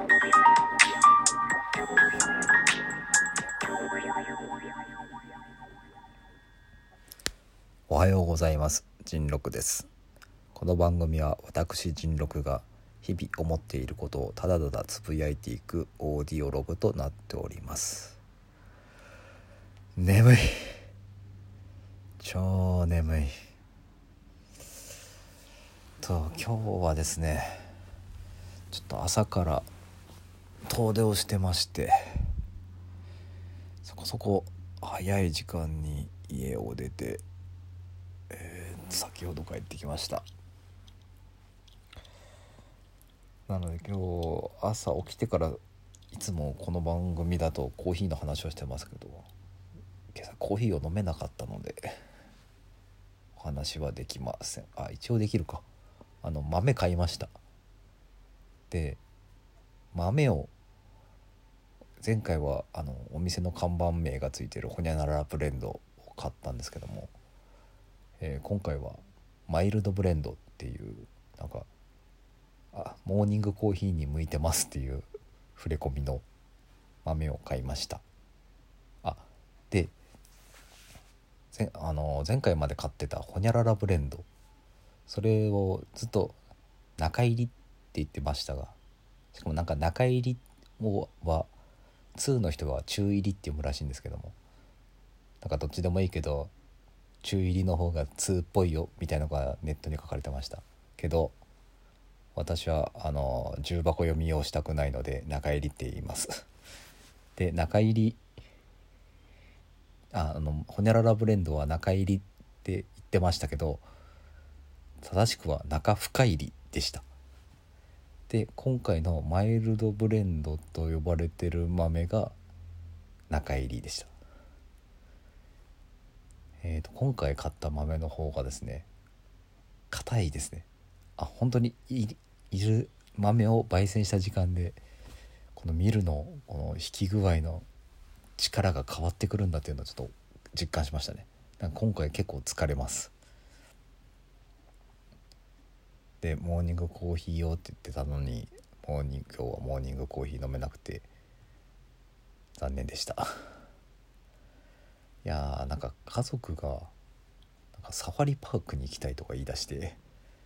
おはようございます。仁六です。この番組は私仁六が日々思っていることをただただつぶやいていくオーディオログとなっております。眠い、超眠い今日はですね、ちょっと朝から遠出をしてまして、そこそこ早い時間に家を出て、先ほど帰ってきました。なので今日朝起きてからいつもこの番組だとコーヒーの話をしてますけど、今朝コーヒーを飲めなかったのでお話はできません。一応できるか。豆買いました。で、豆を前回はお店の看板名がついているホニャララブレンドを買ったんですけども、今回はマイルドブレンドっていうなんかモーニングコーヒーに向いてますっていう触れ込みの豆を買いました。で、前回まで買ってたホニャララブレンド、それをずっと中入りって言ってましたが、しかもなんか中入りは2の人は中入りって読むらしいんですけども、なんかどっちでもいいけど中入りの方が2っぽいよみたいなのがネットに書かれてましたけど、私は重箱読みをしたくないので中入りって言いますで、中入りホニャララブレンドは中入りって言ってましたけど、正しくは中深入りでした。で、今回のマイルドブレンドと呼ばれてる豆が中入りでした。今回買った豆の方がですね、硬いですね。本当にいる豆を焙煎した時間でこのミルのこの引き具合の力が変わってくるんだっていうのをちょっと実感しましたね。なんか今回結構疲れます。で、モーニングコーヒー用って言ってたのに今日はモーニングコーヒー飲めなくて残念でしたいやー、なんか家族がなんかサファリパークに行きたいとか言い出して、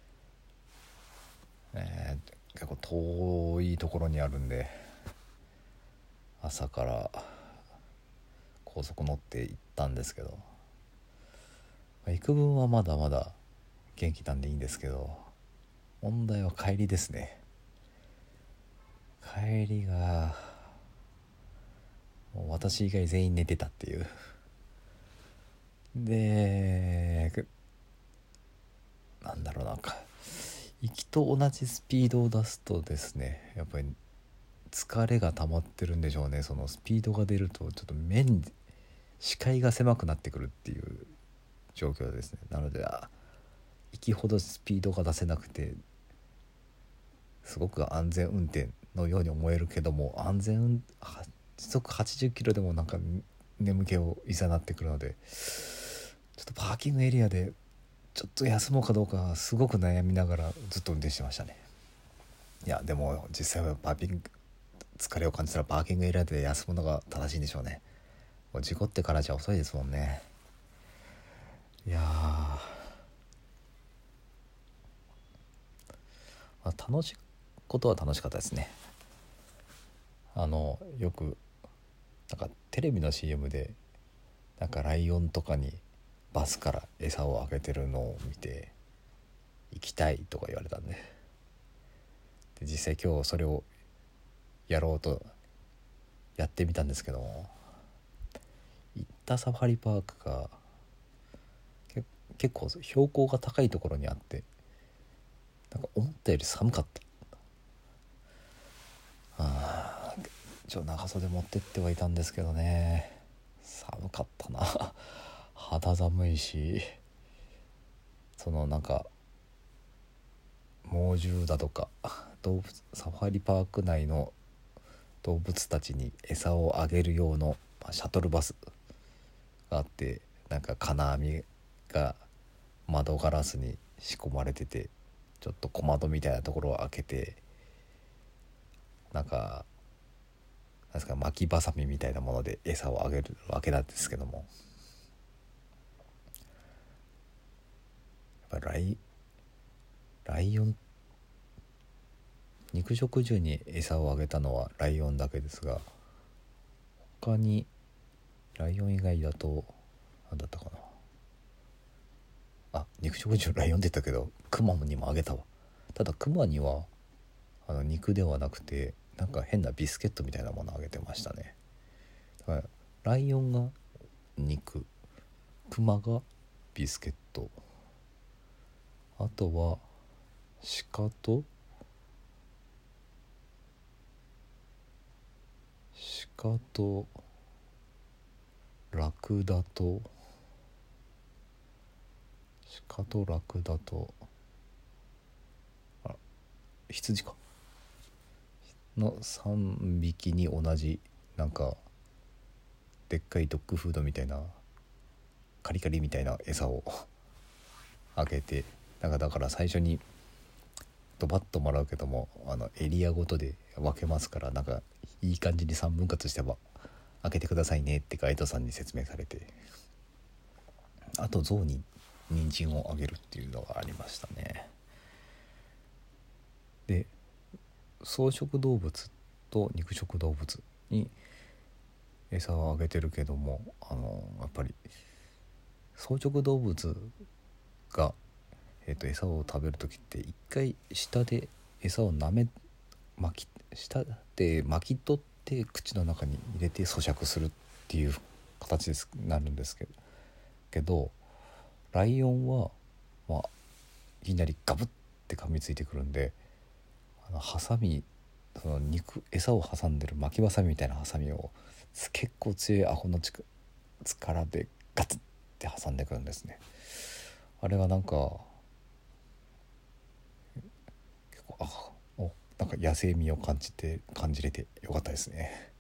結構遠いところにあるんで、朝から高速乗って行ったんですけど、行く分はまだまだ元気なんでいいんですけど、問題は帰りですね。帰りがもう私以外全員寝てたっていう。で、なんだろう、なんか行きと同じスピードを出すとですね、やっぱり疲れが溜まってるんでしょうね。そのスピードが出るとちょっと視界が狭くなってくるっていう状況ですね。なので行きほどスピードが出せなくて、すごく安全運転のように思えるけども、時速80キロでもなんか眠気をいざなってくるので、ちょっとパーキングエリアでちょっと休もうかどうかすごく悩みながらずっと運転してましたね。いやでも実際は疲れを感じたらパーキングエリアで休むのが正しいんでしょうね。もう事故ってからじゃ遅いですもんね。いや楽しいことは楽しかったですね。よくなんかテレビの CM でなんかライオンとかにバスから餌をあげてるのを見て行きたいとか言われたんで、実際今日それをやろうとやってみたんですけども、行ったサファリパークが結構標高が高いところにあって、なんか思ったより寒かった。長袖持ってってはいたんですけどね、寒かったな肌寒いし、なんか猛獣だとかサファリパーク内の動物たちに餌をあげる用のシャトルバスがあって、なんか金網が窓ガラスに仕込まれてて、ちょっと小窓みたいなところを開けてなんかなんですか巻きばさみみたいなもので餌をあげるわけなんですけども、やっぱライオン肉食獣に餌をあげたのはライオンだけですが、他にライオン以外だと何だったかな。肉食獣ライオンって言ったけどクマにもあげたわ。ただクマには肉ではなくてなんか変なビスケットみたいなものをあげてましたね。だからライオンが肉、クマがビスケット、あとは鹿とラクダと羊かの3匹に同じなんかでっかいドッグフードみたいなカリカリみたいな餌をあげて、だから最初にドバッともらうけどもエリアごとで分けますから、なんかいい感じに3分割して開けてくださいねってガイドさんに説明されて、あと象に人参をあげるっていうのがありましたね。で草食動物と肉食動物に餌をあげてるけども、やっぱり草食動物が、餌を食べる時って一回下で餌を下で巻き取って口の中に入れて咀嚼するっていう形になるんですけどライオンは、いきなりガブッて噛みついてくるんで、ハサミ、その餌を挟んでる巻きばさみみたいなハサミを結構強いアホの力でガツッて挟んでくるんですね。あれがなんか結構なんか野生味を感じれてよかったですね。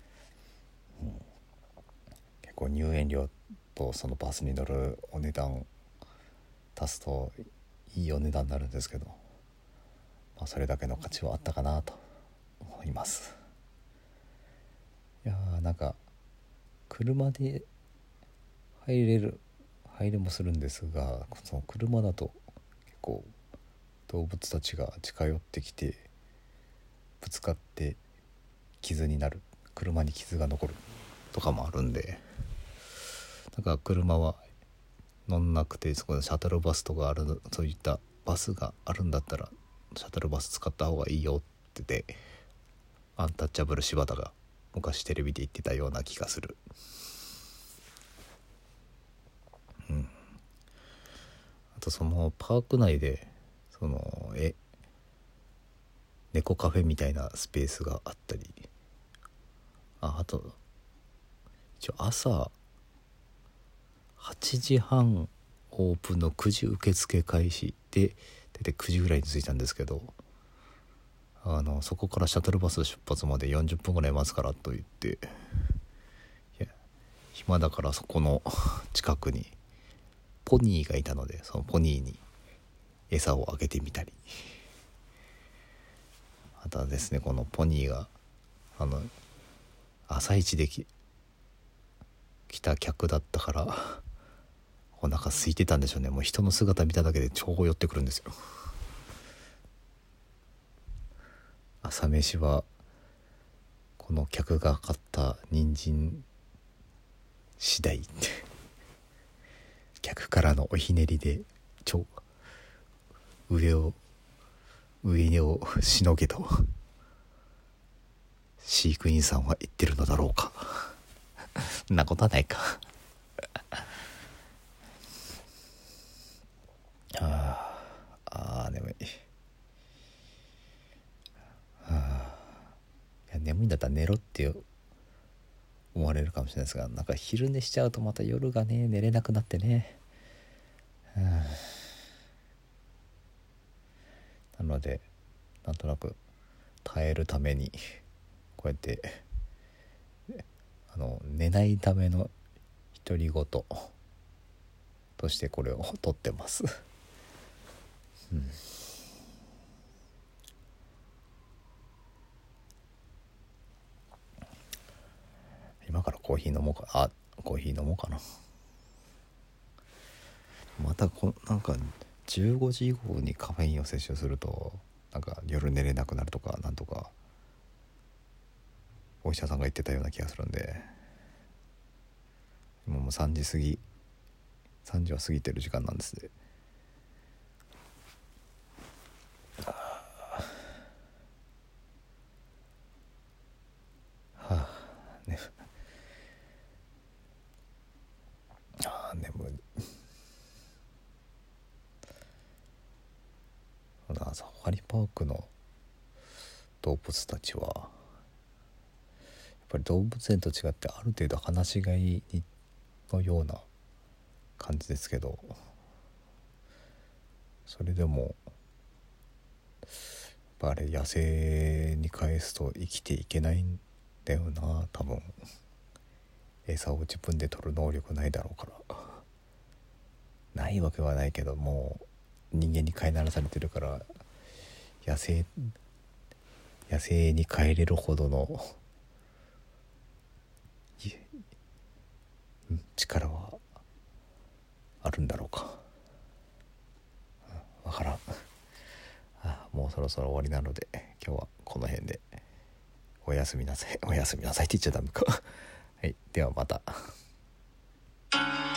結構入園料とそのバスに乗るお値段足すといいお値段になるんですけど、それだけの価値はあったかなと思います。いやなんか車で入れもするんですが、その車だと結構動物たちが近寄ってきてぶつかって傷になる、車に傷が残るとかもあるんで、車は乗んなくて、そこでシャトルバスとかそういったバスがあるんだったらシャトルバス使った方がいいよってアンタッチャブル柴田が昔テレビで言ってたような気がする。あとそのパーク内でその猫カフェみたいなスペースがあったり、あと一応朝8時半オープンの9時受付開始で大体9時ぐらいに着いたんですけど、そこからシャトルバス出発まで40分ぐらい待つからと言って、暇だからそこの近くにポニーがいたので、そのポニーに餌をあげてみたり、あとはですね、このポニーが朝一で来た客だったからお腹空いてたんでしょうね。もう人の姿見ただけで超寄ってくるんですよ。朝飯はこの客が買った人参次第客からのおひねりで上をしのげと飼育員さんは言ってるのだろうかそんなことはないか眠い。いや眠いんだったら寝ろって思われるかもしれないですが、なんか昼寝しちゃうとまた夜がね寝れなくなってね、なのでなんとなく耐えるためにこうやって寝ないための独り言としてこれを撮ってます。 コーヒー飲もうかな。またなんか15時以降にカフェインを摂取するとなんか夜寝れなくなるとかなんとかお医者さんが言ってたような気がするんで、今もう3時は過ぎてる時間なんですね。ね、眠い。サファリパークの動物たちはやっぱり動物園と違ってある程度放し飼いのような感じですけど、それでもやっぱあれ野生に返すと生きていけないんだよな。多分餌を自分で取る能力ないだろうから。ないわけはないけど、もう人間に飼いならされてるから野生に帰れるほどの力はあるんだろうか。わからん。もうそろそろ終わりなので今日はこの辺でおやすみなさいって言っちゃダメかはい、ではまた。